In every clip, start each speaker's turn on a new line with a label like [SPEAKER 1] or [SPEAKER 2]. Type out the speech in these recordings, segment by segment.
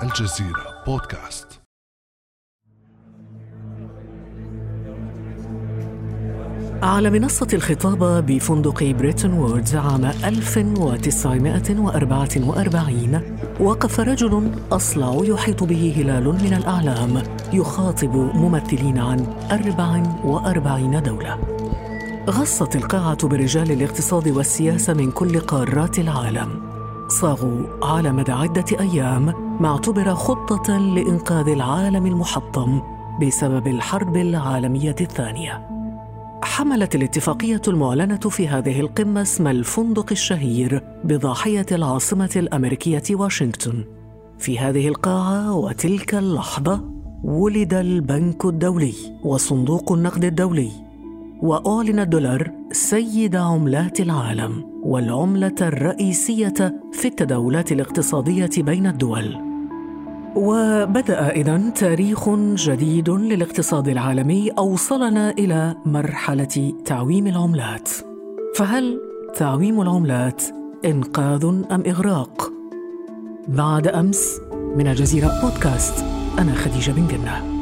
[SPEAKER 1] الجزيرة بودكاست.
[SPEAKER 2] على منصة الخطابة بفندق بريتون وودز عام 1944 وقف رجل أصلع يحيط به هلال من الأعلام يخاطب ممثلين عن 44 دولة. غصت القاعة برجال الاقتصاد والسياسة من كل قارات العالم. صاغوا على مدى عدة أيام ما اعتبر خطة لإنقاذ العالم المحطم بسبب الحرب العالمية الثانية. حملت الاتفاقية المعلنة في هذه القمة اسم الفندق الشهير بضاحية العاصمة الأمريكية واشنطن. في هذه القاعة وتلك اللحظة ولد البنك الدولي وصندوق النقد الدولي، وأعلن الدولار سيد عملات العالم والعملة الرئيسية في التداولات الاقتصادية بين الدول. وبدأ إذن تاريخ جديد للاقتصاد العالمي أوصلنا إلى مرحلة تعويم العملات. فهل تعويم العملات إنقاذ أم إغراق؟ بعد أمس من الجزيرة بودكاست، أنا خديجة بن جنة.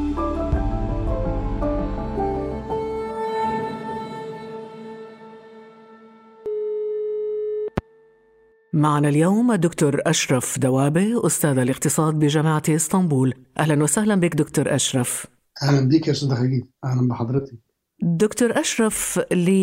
[SPEAKER 2] معنا اليوم الدكتور أشرف دوابة، أستاذ الاقتصاد بجامعة إسطنبول. أهلا وسهلا بك دكتور أشرف.
[SPEAKER 3] أهلا بك يا أستاذ خديجة. أهلا بحضرتك
[SPEAKER 2] دكتور أشرف،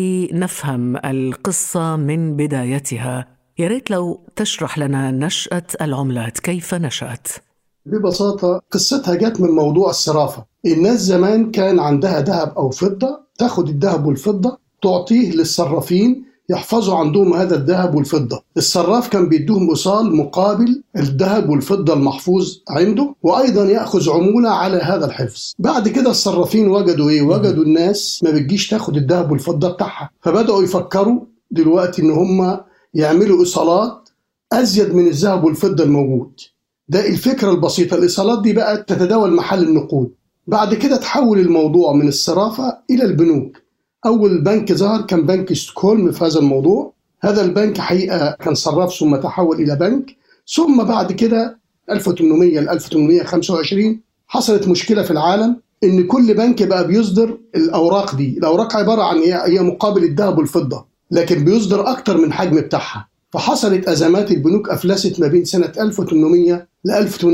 [SPEAKER 2] لنفهم القصة من بدايتها يا ريت لو تشرح لنا نشأة العملات، كيف نشأت؟
[SPEAKER 3] ببساطة قصتها جت من موضوع الصرافة. الناس زمان كان عندها ذهب أو فضة، تاخد الذهب والفضة تعطيه للصرافين يحفظوا عندهم هذا الذهب والفضة. الصراف كان بيدوهم إيصال مقابل الذهب والفضة المحفوظ عنده، وأيضا يأخذ عمولة على هذا الحفظ. بعد كده الصرافين وجدوا إيه؟ وجدوا الناس ما بتجيش تاخد الذهب والفضة بتاعها، فبدأوا يفكروا دلوقتي إن هم يعملوا إيصالات أزيد من الذهب والفضة الموجود. ده الفكرة البسيطة. الإيصالات دي بقى تتداول محل النقود. بعد كده تحول الموضوع من الصرافة إلى البنوك. أول بنك ظهر كان بنك ستوكهولم في هذا الموضوع. هذا البنك حقيقة كان صراف ثم تحول إلى بنك. ثم بعد كده 1800 ل 1825 حصلت مشكلة في العالم، إن كل بنك بقى بيصدر الأوراق دي. الأوراق عبارة عن هي مقابل الذهب والفضة، لكن بيصدر أكتر من حجم بتاعها. فحصلت أزمات، البنوك أفلست ما بين سنة 1800 ل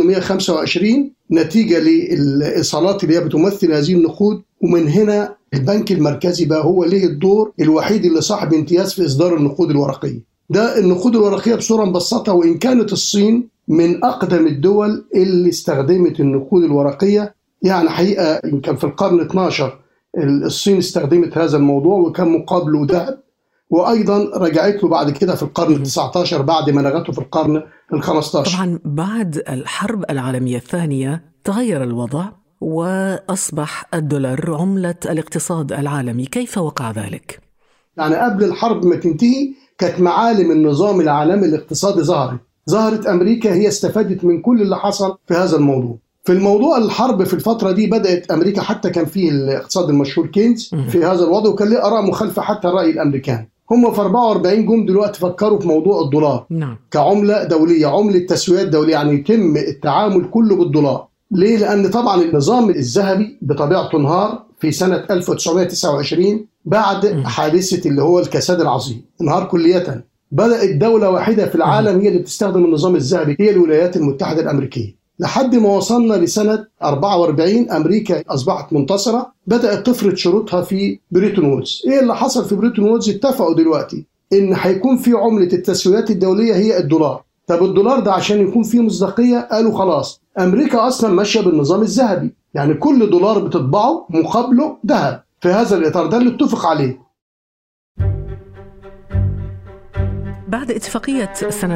[SPEAKER 3] 1825 نتيجة للإيصالات اللي هي بتمثل هذه النقود. ومن هنا البنك المركزي بقى هو له الدور الوحيد اللي صاحب امتياز في إصدار النقود الورقية. ده النقود الورقية بصورة مبسطة، وإن كانت الصين من أقدم الدول اللي استخدمت النقود الورقية. يعني حقيقة كان في القرن 12 الصين استخدمت هذا الموضوع وكان مقابله ذهب، وأيضا رجعت له بعد كده في القرن 19 بعد ما لغته في القرن 15.
[SPEAKER 2] طبعا بعد الحرب العالمية الثانية تغير الوضع وأصبح الدولار عملة الاقتصاد العالمي. كيف وقع ذلك؟
[SPEAKER 3] يعني قبل الحرب ما تنتهي كانت معالم النظام العالمي الاقتصادي ظهرت أمريكا، هي استفادت من كل اللي حصل في هذا الموضوع. في الموضوع الحرب في الفترة دي بدأت أمريكا، حتى كان فيه الاقتصاد المشهور كينز في هذا الوضع، وكان له آراء مخالفة حتى رأي الأمريكان. هم في 44 جم دلوقتي فكروا في موضوع الدولار كعملة دولية، عملة تسويات دولية، يعني يتم التعامل كله بالدولار. ليه؟ لأن طبعا النظام الذهبي بطبيعته انهار في سنة 1929 بعد حادثة اللي هو الكساد العظيم، انهار كلية. بدأت دولة واحدة في العالم هي اللي بتستخدم النظام الذهبي، هي الولايات المتحدة الأمريكية، لحد ما وصلنا لسنة 44 أمريكا أصبحت منتصرة، بدأت تفرض شروطها في بريتون وودز. إيه اللي حصل في بريتون وودز؟ اتفقوا دلوقتي إن هيكون في عملة التسويات الدولية هي الدولار. طب الدولار ده عشان يكون فيه مصداقية قالوا خلاص أمريكا أصلا ماشية بالنظام الذهبي، يعني كل دولار بتطبعه مقابله ذهب. في هذا الإطار ده اللي اتفق عليه.
[SPEAKER 2] بعد اتفاقية سنة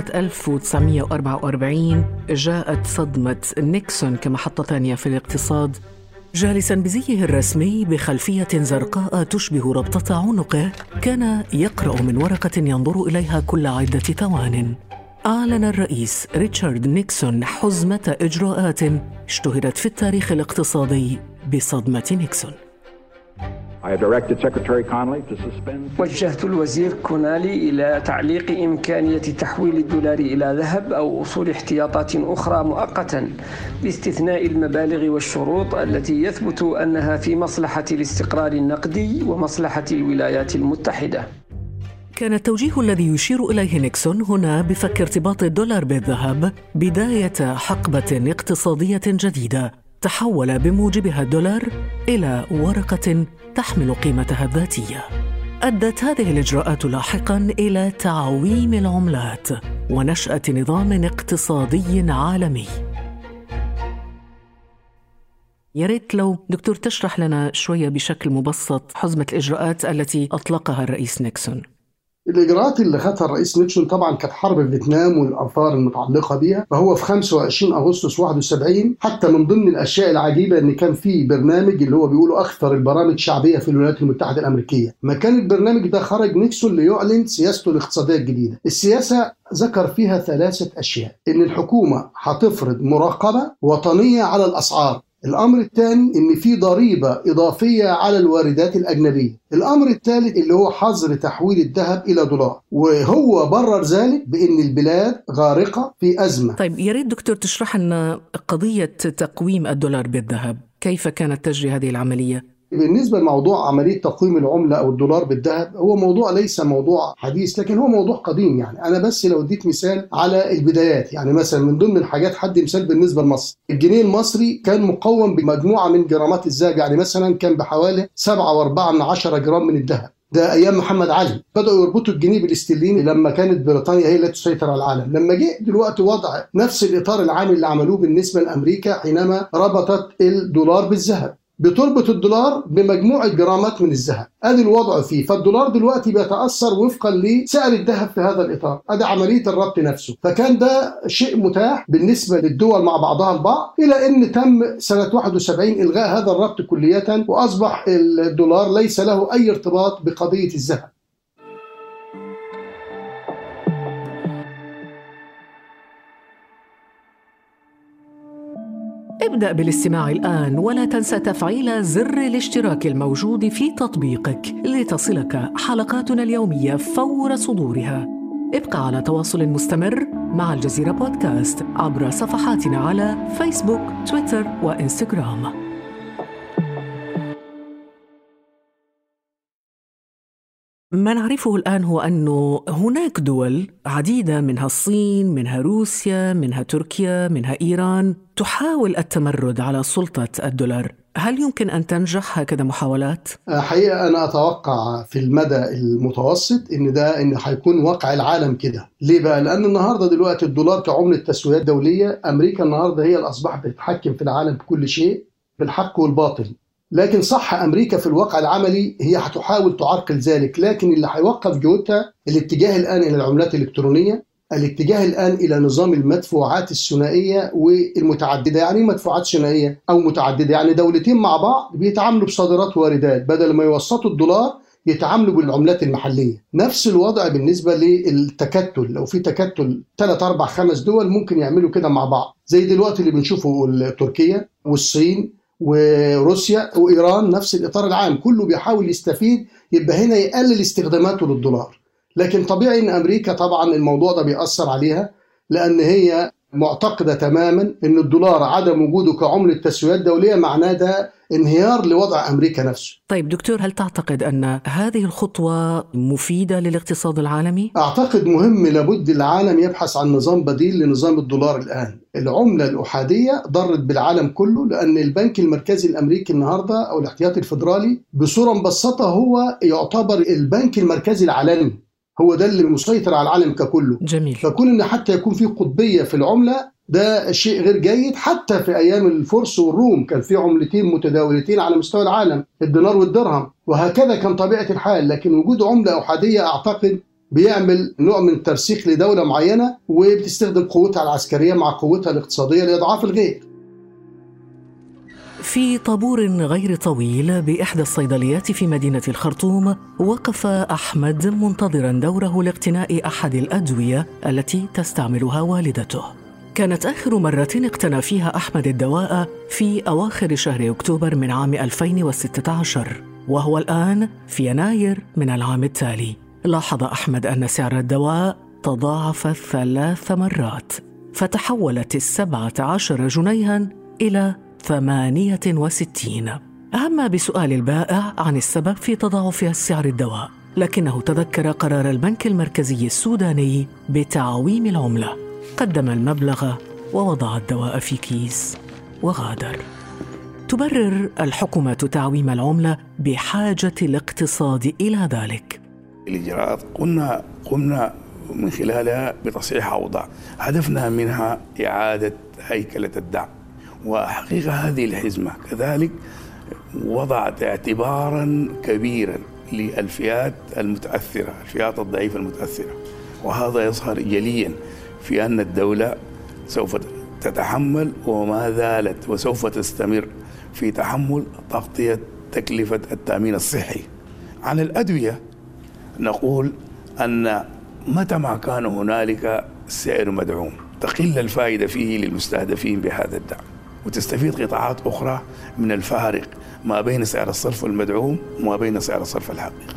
[SPEAKER 2] 1944 جاءت صدمة نيكسون كمحطة ثانية في الاقتصاد. جالساً بزيه الرسمي بخلفية زرقاء تشبه ربطة عنقه، كان يقرأ من ورقة ينظر إليها كل عدة ثوان. أعلن الرئيس ريتشارد نيكسون حزمة إجراءات اشتهرت في التاريخ الاقتصادي بصدمة نيكسون.
[SPEAKER 1] وجهت الوزير كونالي إلى تعليق إمكانية تحويل الدولار إلى ذهب أو أصول احتياطات أخرى مؤقتا باستثناء المبالغ والشروط التي يثبت أنها في مصلحة الاستقرار النقدي ومصلحة الولايات المتحدة.
[SPEAKER 2] كان التوجيه الذي يشير إليه نيكسون هنا بفك ارتباط الدولار بالذهب بداية حقبة اقتصادية جديدة تحول بموجبها الدولار إلى ورقة تحمل قيمتها الذاتية. أدت هذه الإجراءات لاحقاً إلى تعويم العملات ونشأة نظام اقتصادي عالمي. يا ريت لو دكتور تشرح لنا شوية بشكل مبسط حزمة الإجراءات التي أطلقها الرئيس نيكسون.
[SPEAKER 3] الإجراءات اللي خدها الرئيس نيكسون طبعا كانت حرب فيتنام والآثار المتعلقة بها، فهو في 25 أغسطس 71 حتى من ضمن الأشياء العجيبة إن كان في برنامج اللي هو بيقولوا أكثر البرامج شعبية في الولايات المتحدة الأمريكية. ما كان البرنامج ده خرج نيكسون ليعلن سياسته الاقتصادية الجديدة. السياسة ذكر فيها 3 أشياء: إن الحكومة هتفرض مراقبة وطنية على الأسعار. الأمر الثاني إن في ضريبة إضافية على الواردات الأجنبية. الأمر الثالث اللي هو حظر تحويل الذهب إلى دولار، وهو برر ذلك بأن البلاد غارقة في أزمة.
[SPEAKER 2] طيب يا ريت دكتور تشرح لنا قضية تقويم الدولار بالذهب، كيف كانت تجري هذه العملية؟
[SPEAKER 3] بالنسبة لموضوع عملية تقويم العملة أو الدولار بالذهب، هو موضوع ليس موضوع حديث لكن هو موضوع قديم. يعني أنا بس لو اديت مثال على البدايات، يعني مثلا من ضمن الحاجات حد مثال بالنسبة لمصر، الجنيه المصري كان مقوم بمجموعة من جرامات الذهب، يعني مثلا كان بحوالي 7.4 جرام من الذهب. ده أيام محمد علي. بدأوا يربطوا الجنيه بالاسترليني لما كانت بريطانيا هي التي تسيطر على العالم. لما جه دلوقتي وضع نفس الإطار العام اللي عملوه بالنسبة لأمريكا حينما ربطت الدولار بالذهب، بتربط الدولار بمجموعة جرامات من الذهب. ادي الوضع فيه، فالدولار دلوقتي بيتأثر وفقا لسعر الذهب في هذا الإطار. ادي عملية الربط نفسه، فكان ده شيء متاح بالنسبة للدول مع بعضها البعض، إلى أن تم سنة 71 إلغاء هذا الربط كلية، وأصبح الدولار ليس له أي ارتباط بقضية الذهب.
[SPEAKER 2] ابدأ بالاستماع الآن ولا تنسى تفعيل زر الاشتراك الموجود في تطبيقك لتصلك حلقاتنا اليومية فور صدورها. ابقى على تواصل مستمر مع الجزيرة بودكاست عبر صفحاتنا على فيسبوك، تويتر وإنستغرام. ما نعرفه الآن هو أنه هناك دول عديدة، منها الصين، منها روسيا، منها تركيا، منها إيران، تحاول التمرد على سلطة الدولار. هل يمكن أن تنجح هكذا محاولات؟
[SPEAKER 3] حقيقة أنا أتوقع في المدى المتوسط إن هيكون واقع العالم كده. ليه بقى؟ لأن النهاردة دلوقتي الدولار كعملة تسويات دولية، أمريكا النهاردة هي اللي أصبحت بتتحكم في العالم بكل شيء بالحق والباطل. لكن صح أمريكا في الواقع العملي هي هتحاول تعرقل ذلك، لكن اللي هيوقف جهودها الاتجاه الآن إلى العملات الإلكترونية، الاتجاه الآن إلى نظام المدفوعات الثنائية والمتعددة. يعني مدفوعات ثنائية أو متعددة، يعني دولتين مع بعض بيتعاملوا بصادرات واردات، بدل ما يوسطوا الدولار يتعاملوا بالعملات المحلية. نفس الوضع بالنسبة للتكتل، لو في تكتل 3 4 5 دول ممكن يعملوا كده مع بعض، زي دلوقتي اللي بنشوفه تركيا والصين وروسيا وإيران. نفس الإطار العام كله بيحاول يستفيد، يبقى هنا يقلل استخداماته للدولار. لكن طبيعي أن أمريكا طبعا الموضوع ده بيأثر عليها، لأن هي معتقدة تماما أن الدولار عدم وجوده كعملة تسويات دولية معناه ده انهيار لوضع أمريكا نفسه.
[SPEAKER 2] طيب دكتور، هل تعتقد أن هذه الخطوة مفيدة للاقتصاد العالمي؟
[SPEAKER 3] أعتقد مهم، لابد العالم يبحث عن نظام بديل لنظام الدولار الآن. العملة الأحادية ضرت بالعالم كله، لأن البنك المركزي الأمريكي النهاردة أو الاحتياطي الفيدرالي بصورة مبسطة هو يعتبر البنك المركزي العالمي، هو ده اللي مسيطر على العالم ككله.
[SPEAKER 2] جميل.
[SPEAKER 3] فكون إن حتى يكون في قطبية في العملة ده شيء غير جيد. حتى في أيام الفرس والروم كان في عملتين متداولتين على مستوى العالم، الدينار والدرهم، وهكذا كان طبيعة الحال. لكن وجود عملة أحادية أعتقد بيعمل نوع من الترسيخ لدولة معينة، وبتستخدم قوتها العسكرية مع قوتها الاقتصادية لإضعاف الغير.
[SPEAKER 2] في طابور غير طويل بإحدى الصيدليات في مدينة الخرطوم، وقف أحمد منتظراً دوره لاقتناء أحد الأدوية التي تستعملها والدته. كانت آخر مرة اقتنى فيها أحمد الدواء في أواخر شهر أكتوبر من عام 2016. وهو الآن في يناير من العام التالي. لاحظ أحمد أن سعر الدواء تضاعف 3 مرات، فتحولت 17 جنيها إلى 68. أهم بسؤال البائع عن السبب في تضاعف سعر الدواء، لكنه تذكر قرار البنك المركزي السوداني بتعويم العملة. قدم المبلغ ووضع الدواء في كيس وغادر. تبرر الحكومة تعويم العملة بحاجة الاقتصاد إلى ذلك.
[SPEAKER 4] الإجراءات قمنا من خلالها بتصحيح أوضاع هدفنا منها إعادة هيكلة الدعم، وحقيقة هذه الحزمة كذلك وضعت اعتباراً كبيراً للفئات المتأثرة، الفئات الضعيفة المتأثرة، وهذا يظهر جلياً في أن الدولة سوف تتحمل وما زالت وسوف تستمر في تحمل تغطية تكلفة التأمين الصحي. عن الأدوية نقول أن متى ما كان هنالك سعر مدعوم تقل الفائدة فيه للمستهدفين بهذا الدعم، وتستفيد قطاعات أخرى من الفارق ما بين سعر الصرف المدعوم وما بين سعر الصرف الحقيقي.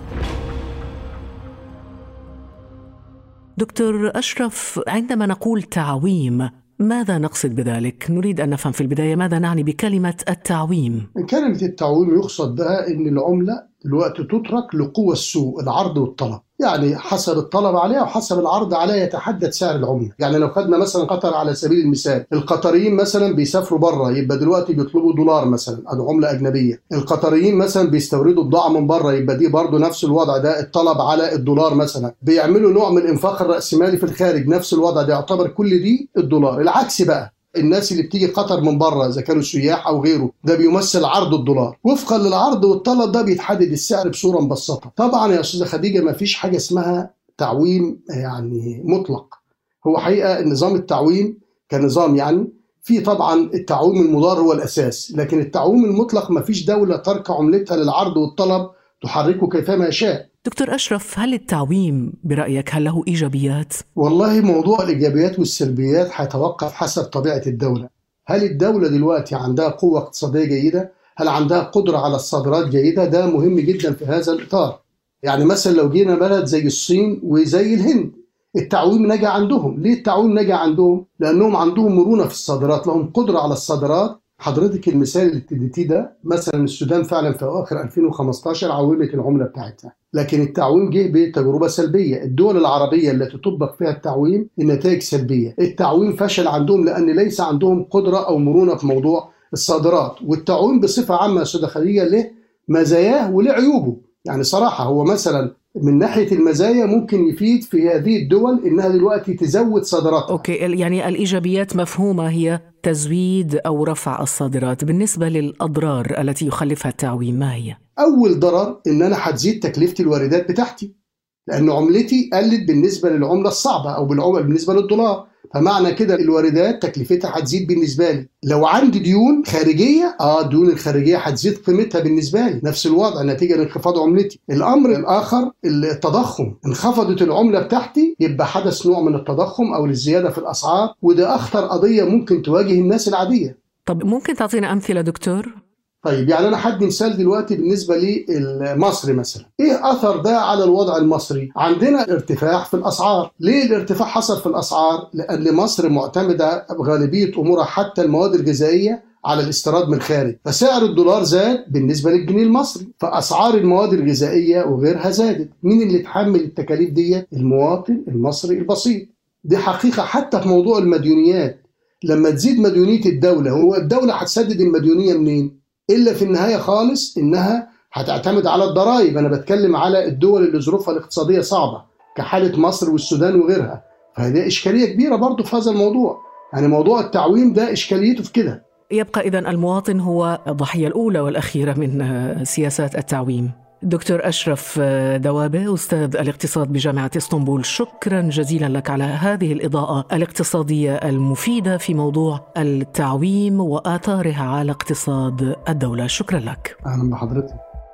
[SPEAKER 2] دكتور أشرف، عندما نقول تعويم ماذا نقصد بذلك؟ نريد أن نفهم في البداية ماذا نعني بكلمة التعويم.
[SPEAKER 3] كلمة التعويم يقصد بها أن العملة دلوقتي تترك لقوى السوق، العرض والطلب، يعني حسب الطلب عليها وحسب العرض عليها يتحدد سعر العملة. يعني لو خدنا مثلا قطر على سبيل المثال، القطريين مثلا بيسافروا بره يبقى دلوقتي بيطلبوا دولار مثلا أو عملة أجنبية، القطريين مثلا بيستوردوا بضاعة من بره يبقى دي برضو نفس الوضع، ده الطلب على الدولار مثلا، بيعملوا نوع من الإنفاق الرأسمالي في الخارج، نفس الوضع ده يعتبر كل دي الدولار. العكس بقى، الناس اللي بتيجي قطر من بره اذا كانوا سياح او غيره، ده بيمثل عرض الدولار، وفقا للعرض والطلب ده بيتحدد السعر بصوره مبسطه. طبعا يا استاذه خديجه ما فيش حاجه اسمها تعويم يعني مطلق، هو حقيقه نظام التعويم كنظام يعني في طبعا التعويم المضار هو الاساس، لكن التعويم المطلق ما فيش دوله ترك عملتها للعرض والطلب تحركه كيفما يشاء.
[SPEAKER 2] دكتور أشرف، هل التعويم برأيك هل له إيجابيات؟
[SPEAKER 3] والله موضوع الإيجابيات والسلبيات هيتوقف حسب طبيعة الدولة. هل الدولة دلوقتي عندها قوة اقتصادية جيدة؟ هل عندها قدرة على الصادرات جيدة؟ ده مهم جدا في هذا الإطار. يعني مثلا لو جينا بلد زي الصين وزي الهند، التعويم نجا عندهم. ليه التعويم نجا عندهم؟ لأنهم عندهم مرونة في الصادرات، لهم قدرة على الصادرات. حضرتك المثال اللي ابتديتيه ده، مثلا السودان فعلا في اواخر 2015 عومت العمله بتاعتها، لكن التعويم جه بتجربه سلبيه. الدول العربيه التي تطبق فيها التعويم النتائج سلبيه. التعويم فشل عندهم لان ليس عندهم قدره او مرونه في موضوع الصادرات. والتعويم بصفه عامه يا استاذه خديجه له مزاياه وله عيوبه. يعني صراحه هو مثلا من ناحية المزايا ممكن يفيد في هذه الدول إنها دلوقتي تزود صادراتها.
[SPEAKER 2] أوكي، يعني الإيجابيات مفهومة هي تزويد أو رفع الصادرات. بالنسبة للأضرار التي يخلفها التعويم ما هي؟
[SPEAKER 3] أول ضرر إن أنا هتزيد تكلفة الواردات بتاعتي، لأن عملتي قلت بالنسبة للعملة الصعبة أو بالنسبة للدولار، فمعنى كده الواردات تكلفتها هتزيد بالنسبة لي. لو عندي ديون خارجية الديون الخارجية هتزيد قيمتها بالنسبة لي، نفس الوضع نتيجة لانخفاض عملتي. الأمر الآخر التضخم، انخفضت العملة بتاعتي يبقى حدث نوع من التضخم أو الزيادة في الأسعار، وده أخطر قضية ممكن تواجه الناس العادية.
[SPEAKER 2] طب ممكن تعطينا أمثلة دكتور؟
[SPEAKER 3] طيب يعني أنا حد مثال دلوقتي بالنسبة للمصري مثلا، إيه أثر ده على الوضع المصري؟ عندنا ارتفاع في الأسعار. ليه الارتفاع حصل في الأسعار؟ لأن مصر معتمدة بغالبية أمورها حتى المواد الغذائية على الاستيراد من الخارج، فسعر الدولار زاد بالنسبة للجنيه المصري، فأسعار المواد الغذائية وغيرها زادت. مين اللي تحمل التكاليف دي؟ المواطن المصري البسيط. دي حقيقة. حتى في موضوع المديونيات، لما تزيد مديونية الدولة، هو الدولة هتسدد المديونية منين؟ إلا في النهاية خالص إنها هتعتمد على الضرائب. أنا بتكلم على الدول اللي ظروفها الاقتصادية صعبة كحالة مصر والسودان وغيرها، فهذه إشكالية كبيرة برضو في هذا الموضوع. يعني موضوع التعويم ده إشكاليته في كده.
[SPEAKER 2] يبقى إذن المواطن هو الضحية الأولى والأخيرة من سياسات التعويم. دكتور أشرف دوابة، أستاذ الاقتصاد بجامعة اسطنبول، شكرا جزيلا لك على هذه الإضاءة الاقتصادية المفيدة في موضوع التعويم وآثارها على اقتصاد الدولة. شكرا لك.
[SPEAKER 3] أهلا بحضرتك.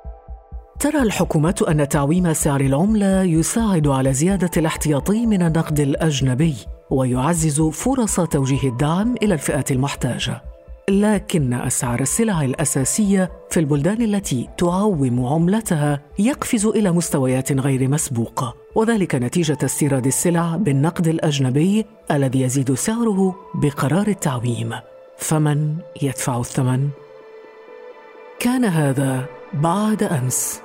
[SPEAKER 2] ترى الحكومات أن تعويم سعر العملة يساعد على زيادة الاحتياطي من النقد الأجنبي ويعزز فرص توجيه الدعم إلى الفئات المحتاجة. لكن أسعار السلع الأساسية في البلدان التي تعوم عملتها يقفز إلى مستويات غير مسبوقة، وذلك نتيجة استيراد السلع بالنقد الأجنبي الذي يزيد سعره بقرار التعويم. فمن يدفع الثمن؟ كان هذا بعد أمس.